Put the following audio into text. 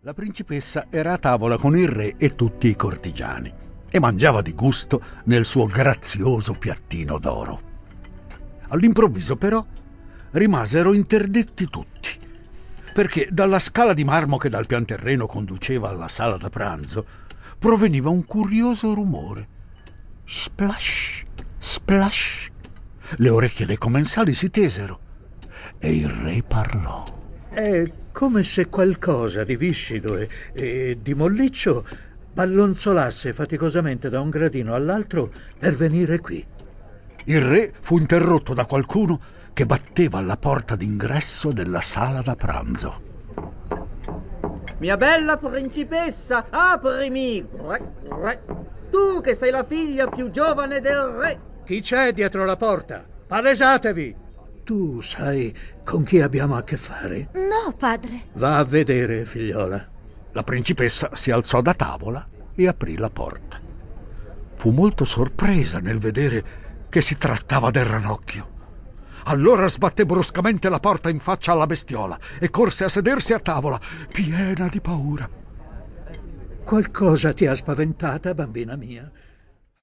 La principessa era a tavola con il re e tutti i cortigiani e mangiava di gusto nel suo grazioso piattino d'oro. All'improvviso, però, rimasero interdetti tutti, perché dalla scala di marmo che dal pian terreno conduceva alla sala da pranzo proveniva un curioso rumore. Splash, splash. Le orecchie dei commensali si tesero e il re parlò. È come se qualcosa di viscido e di molliccio ballonzolasse faticosamente da un gradino all'altro per venire qui. Il re fu interrotto da qualcuno che batteva alla porta d'ingresso della sala da pranzo. Mia bella principessa, aprimi! Tu che sei la figlia più giovane del re! Chi c'è dietro la porta? Palesatevi! Tu sai con chi abbiamo a che fare? No, padre. Va a vedere, figliola. La principessa si alzò da tavola e aprì la porta. Fu molto sorpresa nel vedere che si trattava del ranocchio. Allora sbatté bruscamente la porta in faccia alla bestiola e corse a sedersi a tavola, piena di paura. Qualcosa ti ha spaventata, bambina mia?